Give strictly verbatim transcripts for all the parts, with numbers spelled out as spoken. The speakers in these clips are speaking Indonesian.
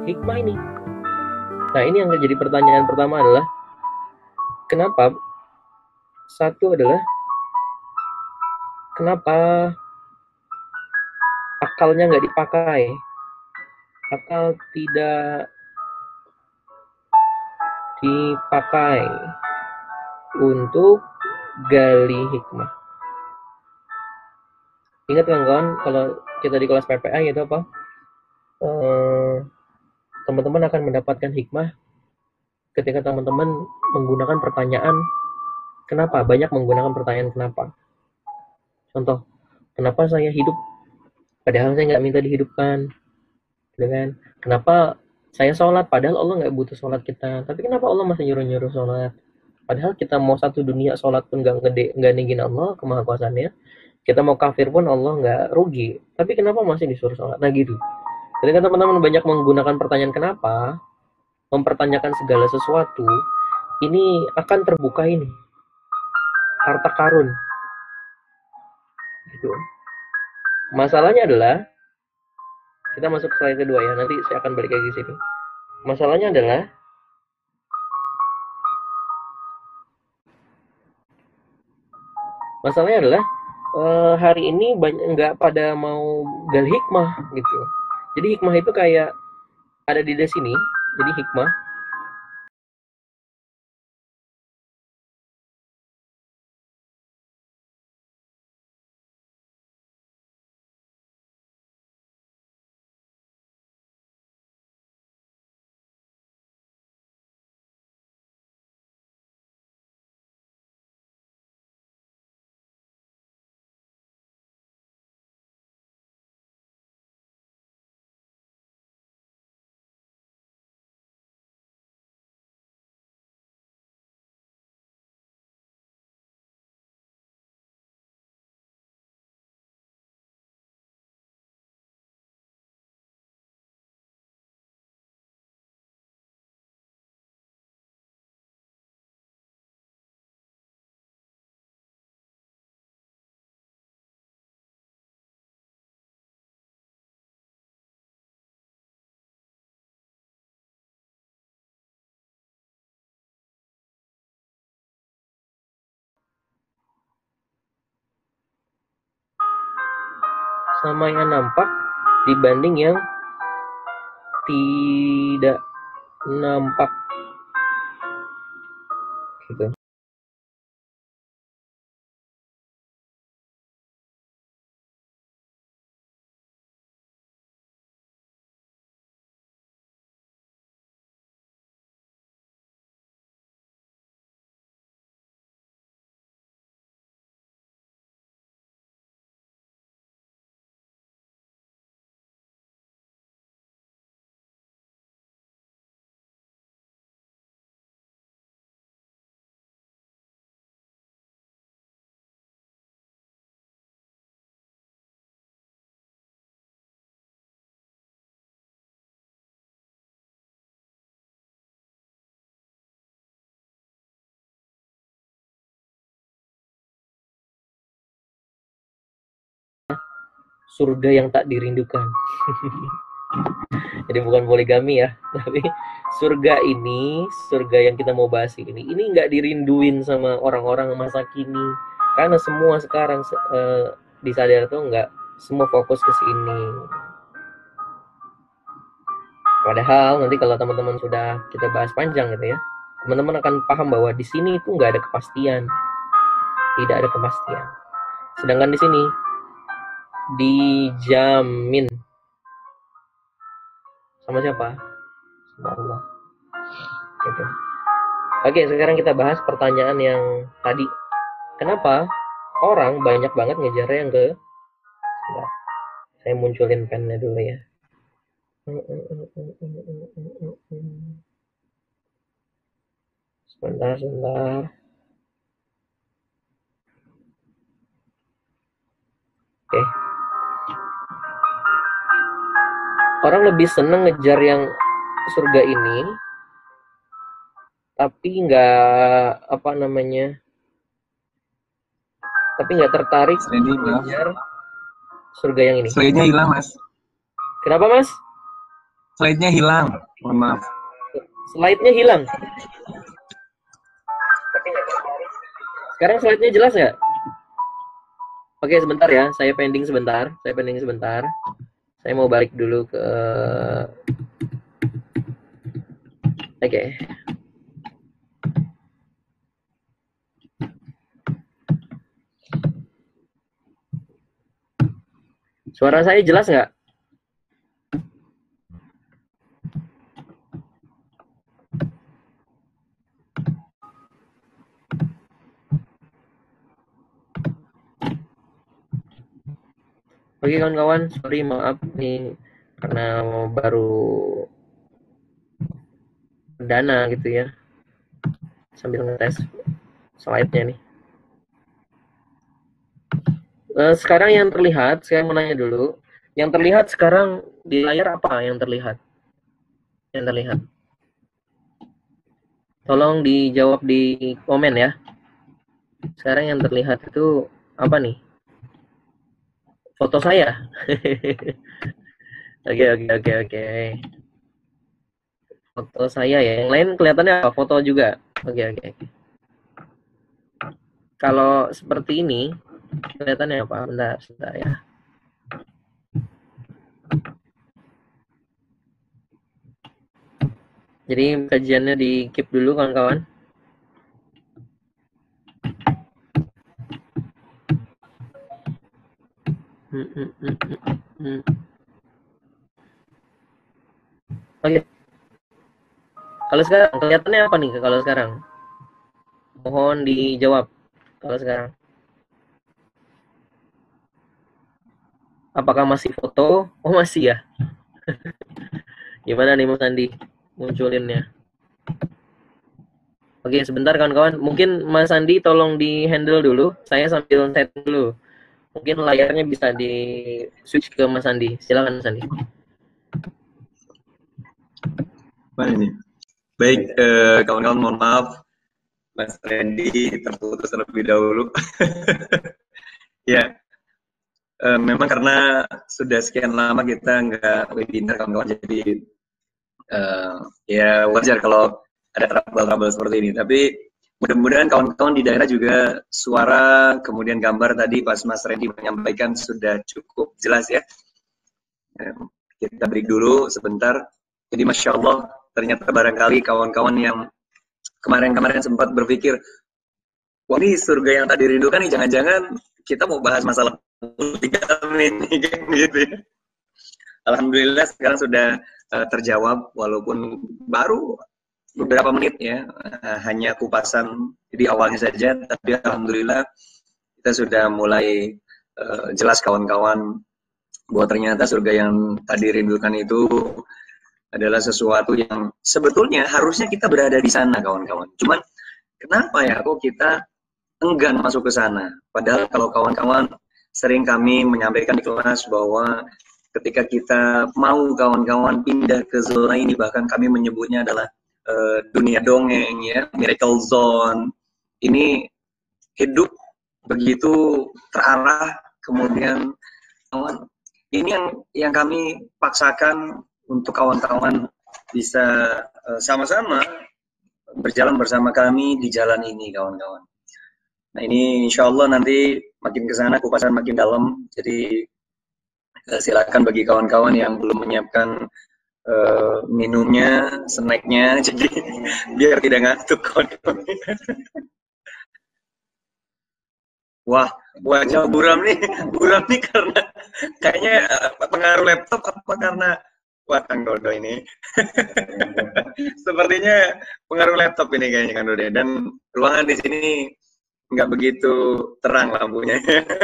hikmah ini. Nah, ini yang jadi pertanyaan pertama adalah kenapa? Satu adalah kenapa akalnya nggak dipakai? Akal tidak dipakai untuk gali hikmah. Ingat kawan-kawan, kalau kita di kelas P P A itu apa? Eh, teman-teman akan mendapatkan hikmah ketika teman-teman menggunakan pertanyaan kenapa. Banyak menggunakan pertanyaan kenapa. Contoh, kenapa saya hidup padahal saya nggak minta dihidupkan? Dengan kenapa saya sholat padahal Allah nggak butuh sholat kita, tapi kenapa Allah masih nyuruh-nyuruh sholat? Padahal kita mau satu dunia sholat pun nggak gede, nggak ninggiin Allah kemahakuasaannya. Kita mau kafir pun Allah nggak rugi, tapi kenapa masih disuruh sholat? Nah gitu. Ketika teman-teman banyak menggunakan pertanyaan kenapa, mempertanyakan segala sesuatu, ini akan terbuka ini harta karun. Gitu. Masalahnya adalah kita masuk ke slide kedua ya. Nanti saya akan balik lagi ke sini. Masalahnya adalah masalahnya adalah uh, hari ini banyak nggak pada mau gali hikmah gitu. Jadi hikmah itu kayak ada di sini. Jadi hikmah sama yang nampak dibanding yang tidak nampak gitu. Surga yang tak dirindukan. Jadi bukan poligami ya, tapi surga ini, surga yang kita mau bahas ini, ini nggak dirinduin sama orang-orang masa kini, karena semua sekarang uh, disadar tuh nggak semua fokus ke sini. Padahal nanti kalau teman-teman sudah kita bahas panjang gitu ya, teman-teman akan paham bahwa di sini itu nggak ada kepastian, tidak ada kepastian. Sedangkan di sini dijamin sama siapa? Sama Allah. Gitu. Oke, sekarang kita bahas pertanyaan yang tadi. Kenapa orang banyak banget ngejar yang ke? Sebentar, saya munculin pennya dulu ya. Sebentar, sebentar. Oke. Orang lebih seneng ngejar yang surga ini, tapi nggak apa namanya, tapi nggak tertarik ngejar surga yang ini. Slide-nya hilang, Mas. Kenapa, Mas? slide-nya hilang. Mohon maaf. Slide-nya hilang. Sekarang slide-nya jelas nggak? Oke, sebentar ya. Saya pending sebentar. Saya pending sebentar. Saya mau balik dulu ke... Oke. Suara saya jelas nggak? Oke kawan-kawan, sorry maaf nih karena baru perdana gitu ya, sambil ngetes slide-nya nih. Uh, sekarang yang terlihat, saya mau nanya dulu, yang terlihat sekarang di layar apa yang terlihat? Yang terlihat. Tolong dijawab di komen ya. Sekarang yang terlihat itu apa nih? Foto saya. Oke, oke, oke, oke. Foto saya ya. Yang lain kelihatannya apa? Foto juga. Oke, oke, oke. Kalau seperti ini, kelihatannya apa? Bentar, bentar ya. Jadi kajiannya di keep dulu kawan-kawan. Hmm, hmm, hmm, hmm, hmm. Oke. Kalau sekarang kelihatannya apa nih kalau sekarang? Mohon dijawab kalau sekarang. Apakah masih foto? Oh masih ya. Gimana nih Mas Andi munculinnya? Oke sebentar kawan-kawan. Mungkin Mas Andi tolong di handle dulu. Saya sambil set dulu. Mungkin layarnya bisa di switch ke Mas Andi. Silakan Mas Andi. Mana ini? Baik, kawan-kawan eh, mohon maaf, Mas Randy terputus terlebih dahulu. Ya, eh, memang karena sudah sekian lama kita nggak webinar kawan-kawan, jadi eh, ya wajar kalau ada trouble-trouble seperti ini. Tapi mudah-mudahan kawan-kawan di daerah juga suara kemudian gambar tadi pas Mas Randy menyampaikan sudah cukup jelas ya. Eh, kita break dulu sebentar. Jadi Masya Allah, ternyata barangkali kawan-kawan yang kemarin-kemarin sempat berpikir, wah ini surga yang tadi rindukan nih, jangan-jangan kita mau bahas masalah politik ini, gitu ya. Alhamdulillah sekarang sudah uh, terjawab, walaupun baru beberapa menit ya, uh, hanya kupasan di awalnya saja, tapi Alhamdulillah kita sudah mulai uh, jelas kawan-kawan bahwa ternyata surga yang tadi rindukan itu adalah sesuatu yang sebetulnya harusnya kita berada di sana kawan-kawan. Cuman kenapa ya kok kita enggan masuk ke sana? Padahal kalau kawan-kawan sering kami menyampaikan di kelas bahwa ketika kita mau kawan-kawan pindah ke zona ini, bahkan kami menyebutnya adalah uh, dunia dongeng ya, miracle zone. Ini hidup begitu terarah, kemudian kawan, ini yang yang kami paksakan untuk kawan-kawan bisa sama-sama uh, berjalan bersama kami di jalan ini kawan-kawan. Nah ini insya Allah nanti makin ke sana kupasan makin dalam, jadi uh, silakan bagi kawan-kawan yang belum menyiapkan uh, minumnya, snacknya, jadi biar tidak ngantuk kawan-kawan. Wah, wajah buram nih, buram nih karena kayaknya pengaruh laptop apa karena wah Kang Dodo ini. Sepertinya pengaruh laptop ini kayaknya Kang Dodo, dan ruangan di sini nggak begitu terang lampunya.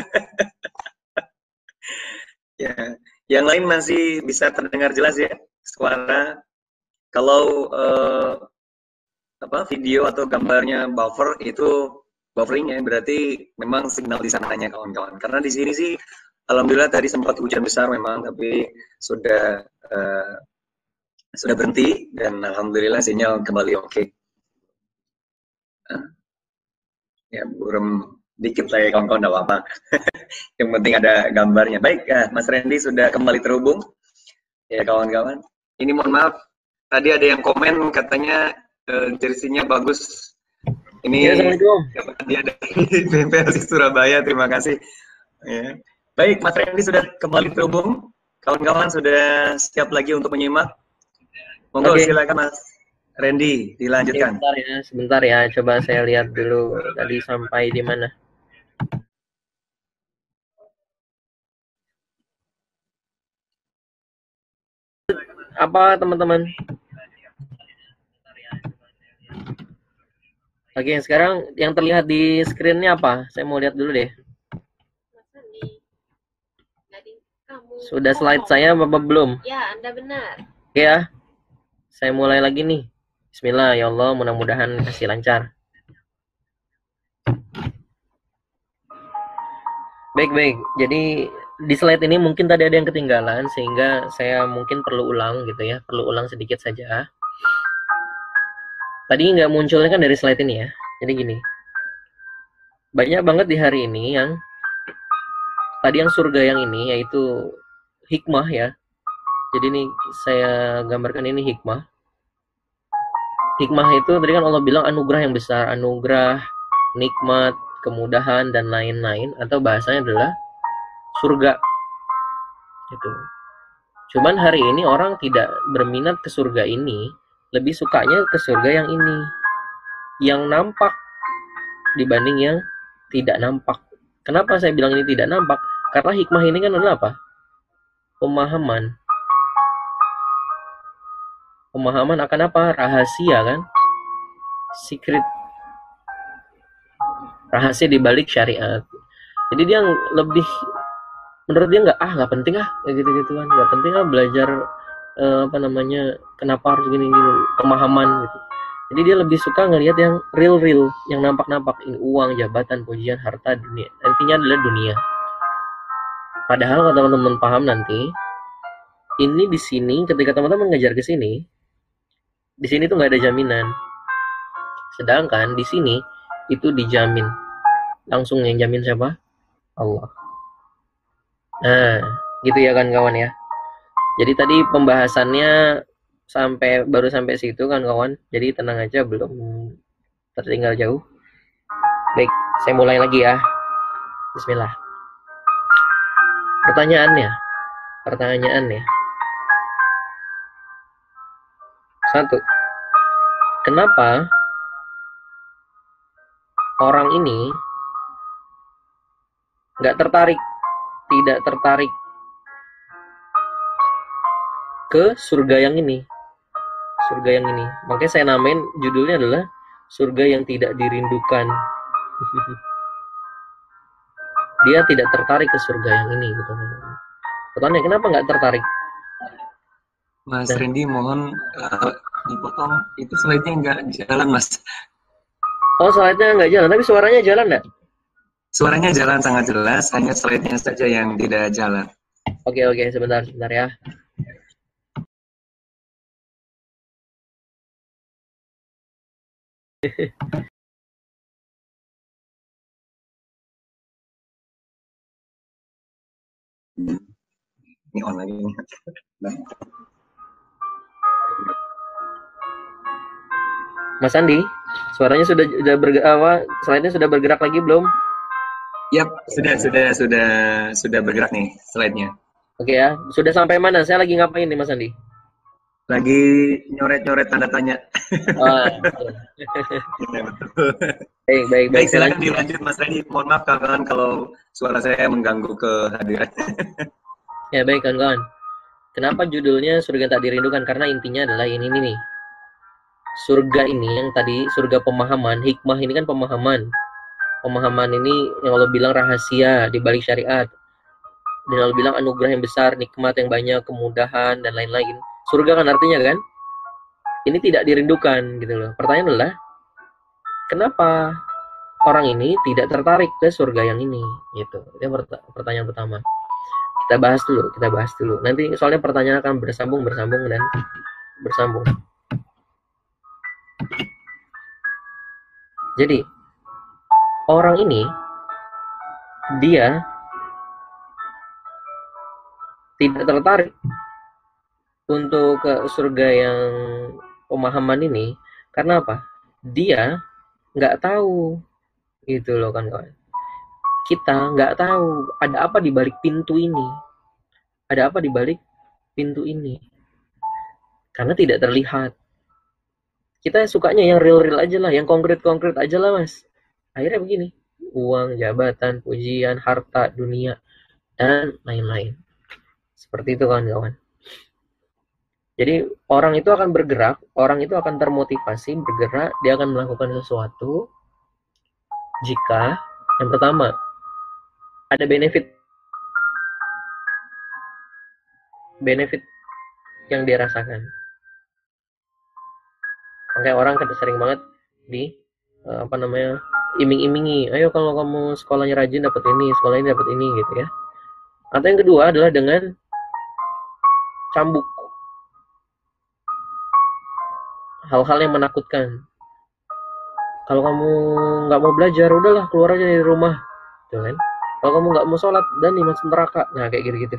Ya, yang lain masih bisa terdengar jelas ya suara. Kalau eh, apa video atau gambarnya buffer itu buffering ya, berarti memang signal di sananya kawan-kawan. Karena di sini sih alhamdulillah tadi sempat hujan besar memang, tapi sudah uh, sudah berhenti dan alhamdulillah sinyal kembali oke. Okay. Uh, ya burem dikit lah ya kawan-kawan, enggak apa-apa. Yang penting ada gambarnya. Baik, uh, Mas Randy sudah kembali terhubung. Ya kawan-kawan. ini mohon maaf, tadi ada yang komen katanya uh, jersinya bagus. Ini ya, Assalamualaikum. Dia dari B M P Persis Surabaya, terima kasih. Ya. Baik, Mas Randy sudah kembali terhubung. Kawan-kawan sudah siap lagi untuk menyimak. Monggo okay. Silakan Mas Randy, dilanjutkan. Sebentar ya, sebentar ya. Coba saya lihat dulu tadi sampai di mana. Apa teman-teman? Oke, sekarang yang terlihat di screen-nya apa? Saya mau lihat dulu deh. Sudah slide saya apa belum? Ya, Anda benar. Oke ya. Saya mulai lagi nih. Bismillah, ya Allah, mudah-mudahan kasih lancar. Baik-baik. Jadi di slide ini mungkin tadi ada yang ketinggalan sehingga saya mungkin perlu ulang gitu ya. Perlu ulang sedikit saja. Tadi nggak munculnya kan dari slide ini ya. Jadi gini. Banyak banget di hari ini yang tadi yang surga yang ini yaitu hikmah ya. Jadi ini saya gambarkan ini hikmah. Hikmah itu tadi kan Allah bilang anugerah yang besar, anugerah, nikmat, kemudahan dan lain-lain, atau bahasanya adalah surga. Gitu. Cuman hari ini orang tidak berminat ke surga ini, lebih sukanya ke surga yang ini, yang nampak dibanding yang tidak nampak. Kenapa saya bilang ini tidak nampak? Karena hikmah ini kan adalah apa? Pemahaman. Pemahaman akan apa? Rahasia kan? Secret. Rahasia di balik syariat. Jadi dia lebih, menurut dia nggak ah nggak penting ah kayak gitu-gitu kan, nggak penting ah belajar eh, apa namanya kenapa harus gini-gini, pemahaman gitu. Jadi dia lebih suka ngelihat yang real-real, yang nampak-nampak, ini uang, jabatan, pujian, harta, dunia. Intinya adalah dunia. Padahal kalau teman-teman paham nanti, ini di sini ketika teman-teman ngejar ke sini, di sini tuh nggak ada jaminan. Sedangkan di sini itu dijamin. Langsung yang jamin siapa? Allah. Nah, gitu ya kan kawan ya. Jadi tadi pembahasannya sampai baru sampai situ kan kawan. Jadi tenang aja, belum tertinggal jauh. Baik, saya mulai lagi ya. Bismillah. Pertanyaannya, pertanyaannya. Satu, kenapa orang ini nggak tertarik, tidak tertarik ke surga yang ini, surga yang ini. Makanya saya namain judulnya adalah surga yang tidak dirindukan. Dia tidak tertarik ke surga yang ini, gitu. Pertanyaan, kenapa nggak tertarik? Mas nah. Randy, mohon uh, dipotong. Itu slide-nya nggak jalan, Mas. Oh, slide-nya nggak jalan, tapi suaranya jalan nggak? Suaranya jalan sangat jelas, hanya slide-nya saja yang tidak jalan. Oke, oke, sebentar, sebentar ya. Ini on lagi. Mas Andi, suaranya sudah sudah bergerak, apa, slide-nya sudah bergerak lagi belum? Yap, sudah sudah sudah sudah bergerak nih slide-nya. Oke ya, sudah sampai mana? Saya lagi ngapain nih Mas Andi? Lagi nyoret-nyoret tanda tanya. Oh. Baik, baik, baik. Silakan dilanjut Mas Randy. Mohon maaf kawan kalau suara saya mengganggu kehadiran. Ya baik kawan-kawan. Kenapa judulnya surga tak dirindukan? Karena intinya adalah ini nih. Surga ini yang tadi surga pemahaman, hikmah ini kan pemahaman. Pemahaman ini yang Allah bilang rahasia di balik syariat. Dan Allah bilang anugerah yang besar, nikmat yang banyak, kemudahan dan lain-lain. Surga kan artinya kan ini tidak dirindukan gitu loh. Pertanyaan adalah kenapa orang ini tidak tertarik ke surga yang ini gitu. Itu pertanyaan pertama. Kita bahas dulu, kita bahas dulu. Nanti soalnya pertanyaan akan bersambung, bersambung dan bersambung. Jadi orang ini dia tidak tertarik untuk ke surga yang pemahaman ini, karena apa? Dia nggak tahu gitu loh kan kawan. Kita nggak tahu ada apa di balik pintu ini, ada apa di balik pintu ini, karena tidak terlihat. Kita sukanya yang real-real aja lah, yang konkret-konkret aja lah mas. Akhirnya begini, uang, jabatan, pujian, harta, dunia, dan lain-lain. Seperti itu kawan-kawan. Jadi orang itu akan bergerak, orang itu akan termotivasi bergerak, dia akan melakukan sesuatu jika yang pertama ada benefit benefit yang dia rasakan. Makanya orang kan sering banget di eh, apa namanya iming-imingi, ayo kalau kamu sekolahnya rajin dapat ini, sekolah ini dapat ini gitu ya. Atau yang kedua adalah dengan cambuk, hal-hal yang menakutkan. Kalau kamu nggak mau belajar, udahlah keluar aja dari rumah, gitu kan? Kalau kamu nggak mau sholat dan nih masuk neraka, nah kayak gitu-gitu.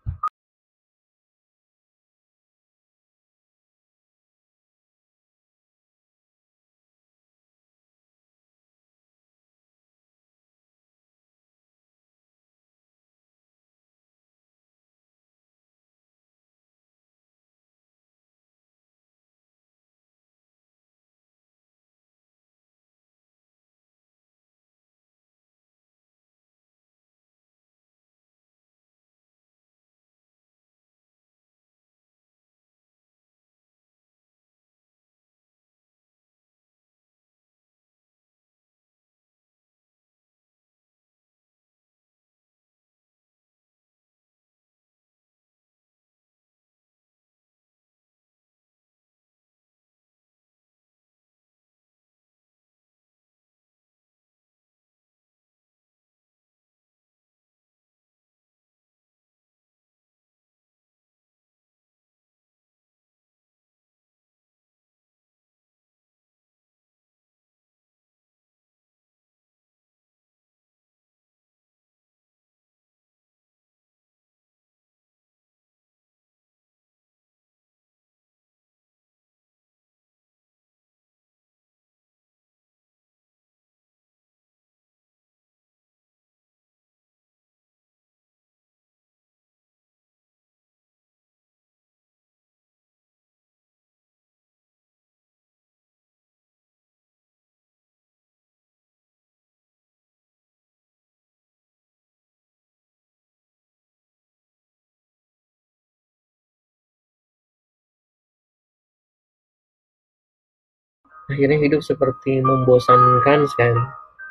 Akhirnya hidup seperti membosankan sekali.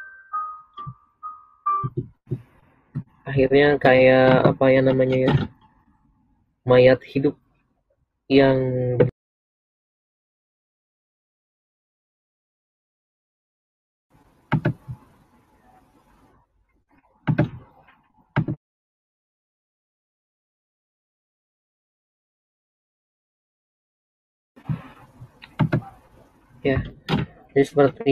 Akhirnya kayak apa ya namanya ya, mayat hidup yang ya, jadi seperti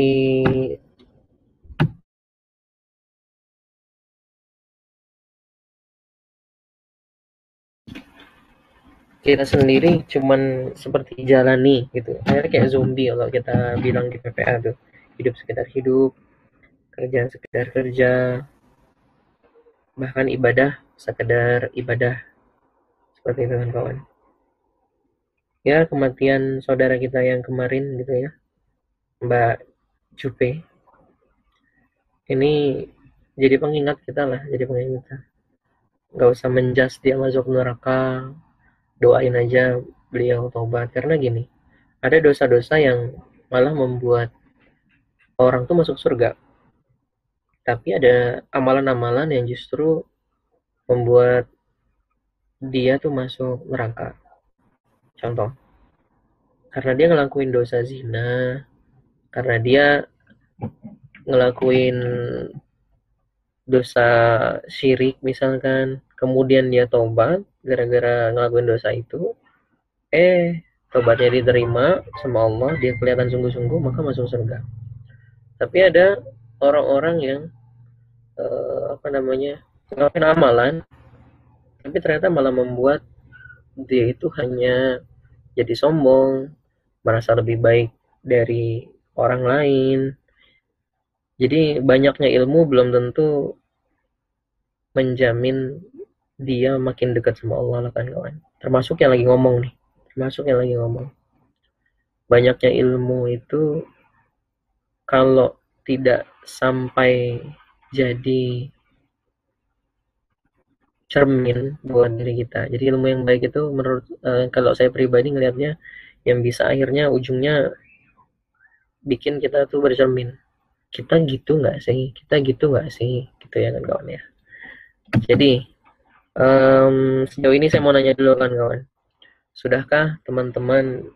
kita sendiri cuman seperti jalani gitu. Akhirnya kayak zombie kalau kita bilang di P P A tuh, hidup sekedar hidup, kerja sekedar kerja, bahkan ibadah sekedar ibadah. Seperti itu kan kawan. Ya kematian saudara kita yang kemarin gitu ya, Mbak Jupe, ini jadi pengingat kita lah, jadi pengingat kita. Nggak usah menjas dia masuk neraka, doain aja beliau tobat. Karena gini, ada dosa-dosa yang malah membuat orang tuh masuk surga, tapi ada amalan-amalan yang justru membuat dia tuh masuk neraka. Contoh, karena dia ngelakuin dosa zina, karena dia ngelakuin dosa syirik misalkan, kemudian dia tobat gara-gara ngelakuin dosa itu, eh tobatnya diterima sama Allah, dia kelihatan sungguh-sungguh, maka masuk surga. Tapi ada orang-orang yang eh, apa namanya ngelakuin amalan, tapi ternyata malah membuat dia itu hanya jadi sombong, merasa lebih baik dari orang lain. Jadi banyaknya ilmu belum tentu menjamin dia makin dekat sama Allah lah kan kawan. Termasuk yang lagi ngomong nih, termasuk yang lagi ngomong. Banyaknya ilmu itu kalau tidak sampai jadi cermin buat diri kita. Jadi ilmu yang baik itu menurut uh, kalau saya pribadi ngelihatnya yang bisa akhirnya ujungnya bikin kita tuh bercermin. Kita gitu nggak sih? Kita gitu nggak sih? Gitu ya kan kawan ya. Jadi um, sejauh ini saya mau nanya dulu kan kawan. Sudahkah teman-teman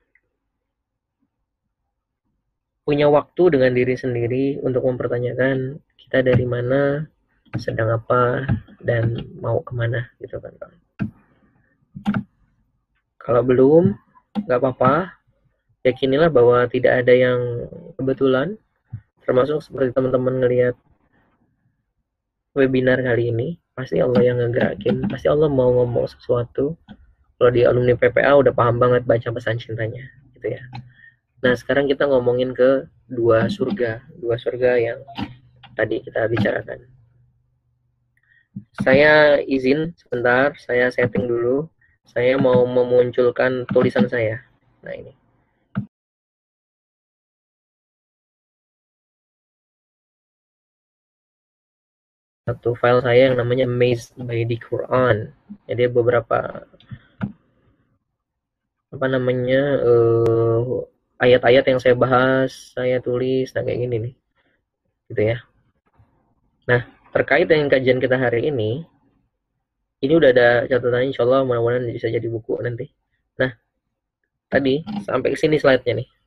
punya waktu dengan diri sendiri untuk mempertanyakan kita dari mana, sedang apa, dan mau kemana gitu kan kawan. Kalau belum, nggak apa-apa. Yakinilah bahwa tidak ada yang kebetulan, termasuk seperti teman-teman ngelihat webinar kali ini, pasti Allah yang ngegerakin, pasti Allah mau ngomong sesuatu. Kalau di alumni P P A udah paham banget baca pesan cintanya, gitu ya. Nah, sekarang kita ngomongin ke dua surga, dua surga yang tadi kita bicarakan. Saya izin sebentar, saya setting dulu. Saya mau memunculkan tulisan saya. Nah, ini. Satu file saya yang namanya Amazed by the Quran. Jadi beberapa apa namanya uh, ayat-ayat yang saya bahas, saya tulis, nah kayak gini nih, gitu ya. Nah, terkait dengan kajian kita hari ini, ini udah ada catatannya, insya Allah mudah-mudahan bisa jadi buku nanti. Nah, tadi sampai ke sini slide-nya nih.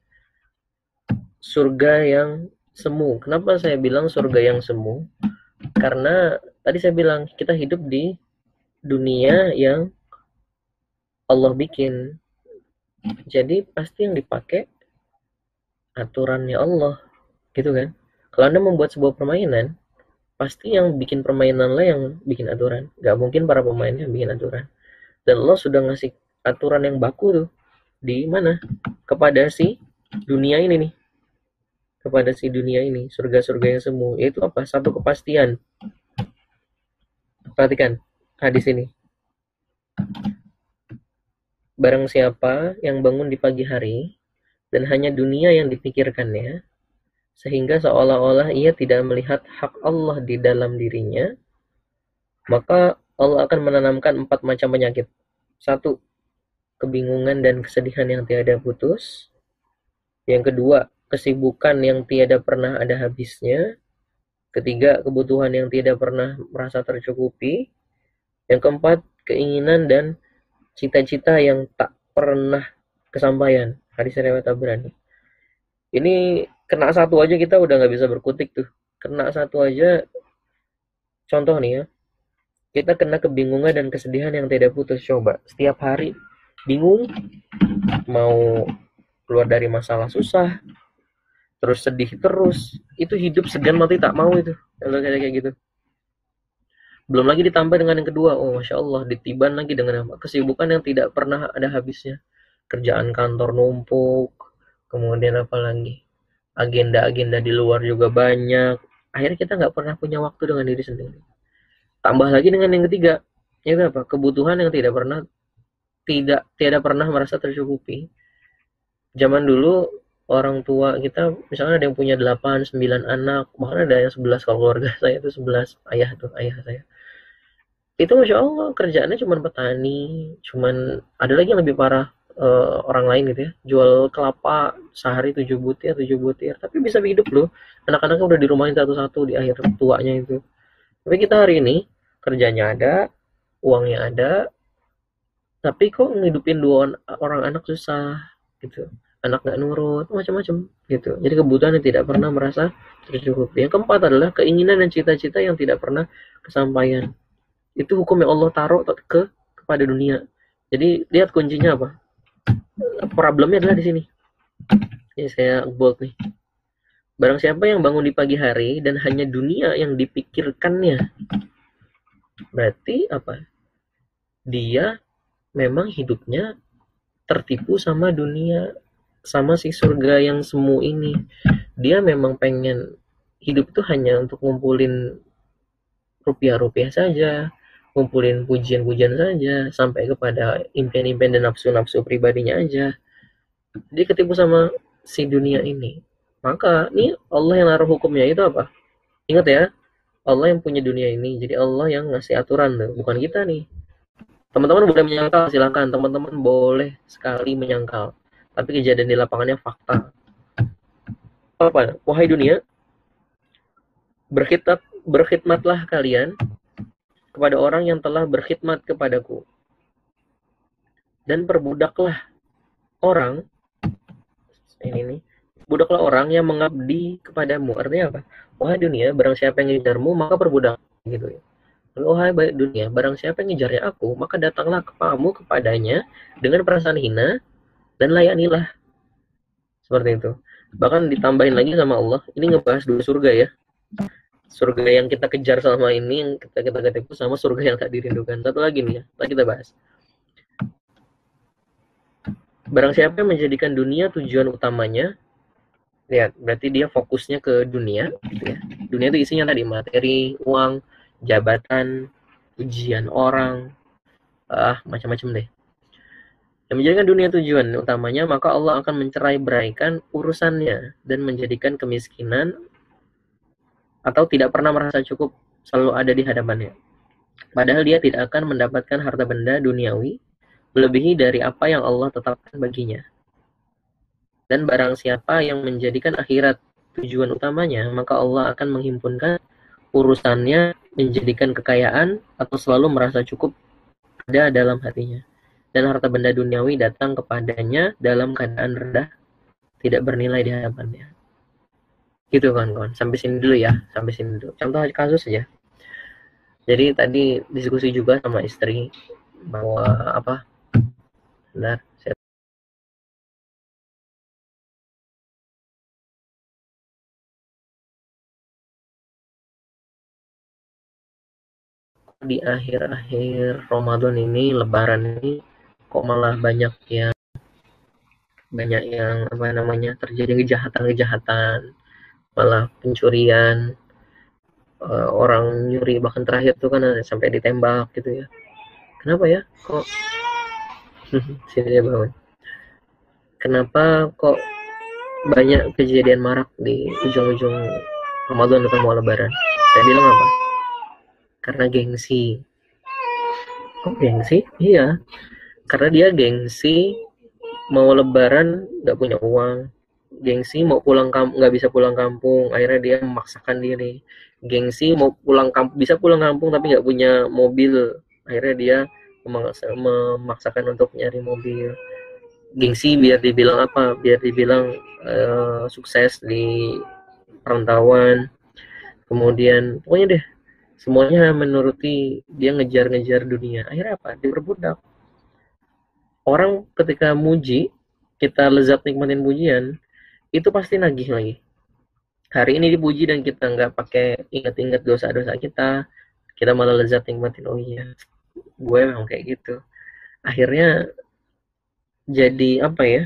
Surga yang semu. Kenapa saya bilang surga yang semu? Karena tadi saya bilang kita hidup di dunia yang Allah bikin. Jadi pasti yang dipakai aturannya Allah, gitu kan? Kalau Anda membuat sebuah permainan, pasti yang bikin permainan lah yang bikin aturan. Gak mungkin para pemainnya yang bikin aturan. Dan Allah sudah ngasih aturan yang baku tuh di mana? Kepada si dunia ini nih. Kepada si dunia ini, surga-surga yang semu. Yaitu apa? Satu kepastian. Perhatikan hadis ini. Barang siapa yang bangun di pagi hari dan hanya dunia yang dipikirkannya, sehingga seolah-olah ia tidak melihat hak Allah di dalam dirinya, maka Allah akan menanamkan empat macam penyakit. Satu, kebingungan dan kesedihan yang tiada putus. Yang kedua, kesibukan yang tiada pernah ada habisnya. Ketiga, kebutuhan yang tidak pernah merasa tercukupi. Yang keempat, keinginan dan cita-cita yang tak pernah kesampaian. Hadis riwayat Tabrani. Ini kena satu aja kita udah nggak bisa berkutik tuh. Kena satu aja, contoh nih ya, kita kena kebingungan dan kesedihan yang tidak putus. Coba, setiap hari bingung, mau keluar dari masalah susah, terus sedih terus, itu hidup segan mati tak mau itu, kalau kayak gitu. Belum lagi ditambah dengan yang kedua, oh masya Allah, ditiban lagi dengan apa? Kesibukan yang tidak pernah ada habisnya, kerjaan kantor numpuk, kemudian apa lagi, agenda-agenda di luar juga banyak, akhirnya kita nggak pernah punya waktu dengan diri sendiri. Tambah lagi dengan yang ketiga, itu apa? Kebutuhan yang tidak pernah tidak tidak pernah merasa tercukupi. Zaman dulu orang tua kita misalnya ada yang punya delapan, sembilan anak, bahkan ada yang sebelas, kalau keluarga saya itu sebelas, ayah tuh, ayah saya. Itu Masya Allah kerjaannya cuma petani, cuman ada lagi yang lebih parah, uh, orang lain gitu ya, jual kelapa sehari tujuh butir, tujuh butir, tapi bisa hidup loh. Anak-anaknya udah dirumahin satu-satu di akhir tuanya itu. Tapi kita hari ini kerjanya ada, uangnya ada, tapi kok ngidupin dua orang anak susah gitu. Anak nggak nurut, macam-macam gitu. Jadi kebutuhan yang tidak pernah merasa tercukupi. Yang keempat adalah keinginan dan cita-cita yang tidak pernah kesampaian. Itu hukum yang Allah taruh ke kepada dunia. Jadi lihat kuncinya apa? Problemnya adalah di sini. Ini saya bold nih. Barang siapa yang bangun di pagi hari dan hanya dunia yang dipikirkannya, berarti apa? Dia memang hidupnya tertipu sama dunia, sama si surga yang semu ini. Dia memang pengen hidup itu hanya untuk ngumpulin rupiah-rupiah saja, ngumpulin pujian-pujian saja, sampai kepada impian-impian dan nafsu-nafsu pribadinya aja. Dia ketipu sama si dunia ini. Maka nih Allah yang naruh hukumnya itu apa? Ingat ya, Allah yang punya dunia ini. Jadi Allah yang ngasih aturan tuh, bukan kita nih. Teman-teman boleh menyangkal, silahkan. Teman-teman boleh sekali menyangkal. Tapi kejadian di lapangannya fakta. Apa? Wahai dunia, berkhidmat, berkhidmatlah kalian kepada orang yang telah berkhidmat kepadaku. Dan perbudaklah orang, ini nih, budaklah orang yang mengabdi kepadamu. Artinya apa? Wahai dunia, barang siapa yang ngejarmu, maka perbudak. Gitu ya. Wahai dunia, barang siapa yang ngejarnya aku, maka datanglah kepadamu kepadanya dengan perasaan hina dan layanilah. Seperti itu. Bahkan ditambahin lagi sama Allah, ini ngebahas dua surga ya. Surga yang kita kejar selama ini, yang kita kita ketipu, sama surga yang tak dirindukan. Satu lagi nih ya, lagi kita bahas. Barang siapa yang menjadikan dunia tujuan utamanya, lihat, berarti dia fokusnya ke dunia, gitu ya. Dunia itu isinya tadi materi, uang, jabatan, ujian orang, ah macam-macam deh. Yang menjadikan dunia tujuan utamanya, maka Allah akan mencerai-beraikan urusannya dan menjadikan kemiskinan atau tidak pernah merasa cukup selalu ada di hadapannya. Padahal dia tidak akan mendapatkan harta benda duniawi melebihi dari apa yang Allah tetapkan baginya. Dan barang siapa yang menjadikan akhirat tujuan utamanya, maka Allah akan menghimpunkan urusannya, menjadikan kekayaan atau selalu merasa cukup ada dalam hatinya. Dan harta benda duniawi datang kepadanya dalam keadaan rendah, tidak bernilai di hadapannya. Gitu kan, kawan. Sampai sini dulu ya, sampai sini dulu. Contoh kasus saja. Jadi tadi diskusi juga sama istri bahwa apa? Benar, saya di akhir-akhir Ramadan ini, Lebaran ini, kok malah banyak yang banyak yang apa namanya terjadi kejahatan-kejahatan, malah pencurian, uh, orang nyuri, bahkan terakhir tuh kan sampai ditembak gitu ya. Kenapa ya? Kok sini dia bangun. Kenapa kok banyak kejadian marak di ujung-ujung Ramadan atau mau Lebaran? Saya bilang apa? Karena gengsi. Kok gengsi? Iya. Karena dia gengsi mau Lebaran nggak punya uang, gengsi mau pulang kampung nggak bisa pulang kampung, akhirnya dia memaksakan diri. Gengsi mau pulang kampung, bisa pulang kampung tapi nggak punya mobil, akhirnya dia memaksa, memaksakan untuk nyari mobil. Gengsi biar dibilang apa? Biar dibilang uh, sukses di perantauan. Kemudian pokoknya deh semuanya menuruti dia, ngejar-ngejar dunia. Akhirnya apa? Diperbudak. Orang ketika muji, kita lezat nikmatin pujian, itu pasti nagih lagi. Hari ini dipuji dan kita nggak pakai ingat-ingat dosa-dosa kita, kita malah lezat nikmatin, oh iya, gue memang kayak gitu. Akhirnya jadi apa ya,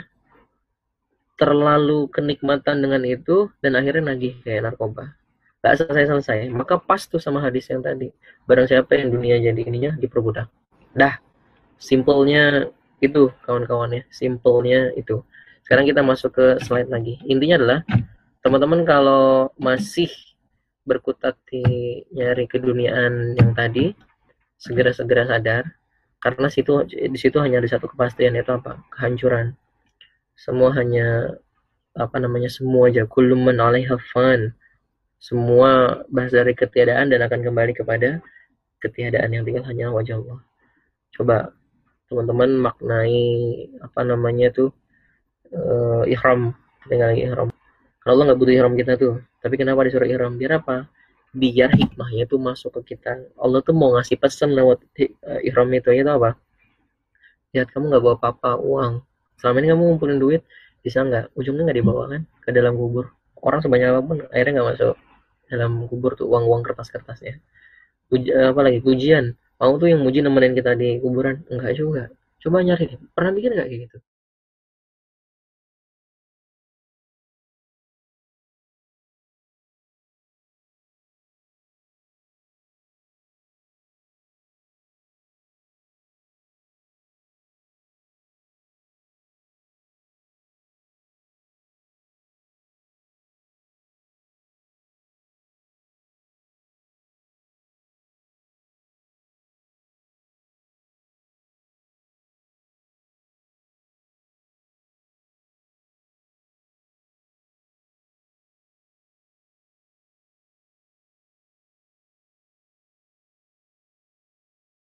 terlalu kenikmatan dengan itu, dan akhirnya nagih kayak narkoba. Gak selesai-selesai. Maka pas tuh sama hadis yang tadi, barang siapa yang dunia jadi ininya, diperbudak. Dah, simpelnya itu kawan-kawannya, simpelnya itu. Sekarang kita masuk ke slide lagi. Intinya adalah teman-teman kalau masih berkutat di nyari keduniaan yang tadi, segera-segera sadar, karena situ di situ hanya ada satu kepastian, yaitu apa? Kehancuran. Semua hanya apa namanya? Semua aja kullu man 'alaiha fan. Semua bahas dari ketiadaan dan akan kembali kepada ketiadaan, yang tinggal hanya wajah Allah. Coba teman-teman maknai apa namanya tuh uh, ihram, tinggal lagi ihram. Kalau Allah nggak butuh ihram kita tuh, tapi kenapa disuruh ihram? Biar apa? Biar hikmahnya tuh masuk ke kita. Allah tuh mau ngasih pesan lewat uh, ihram itu, itu apa? Lihat, kamu nggak bawa apa-apa, uang. Selama ini kamu ngumpulin duit, bisa nggak? Ujungnya nggak dibawa kan ke dalam kubur. Orang sebanyak apapun akhirnya nggak masuk dalam kubur tuh uang-uang kertas-kertasnya. Uj- apa lagi ujian? Mau tuh yang muji nemenin kita di kuburan? Enggak juga. Coba nyari deh. Pernah mikir nggak kayak gitu?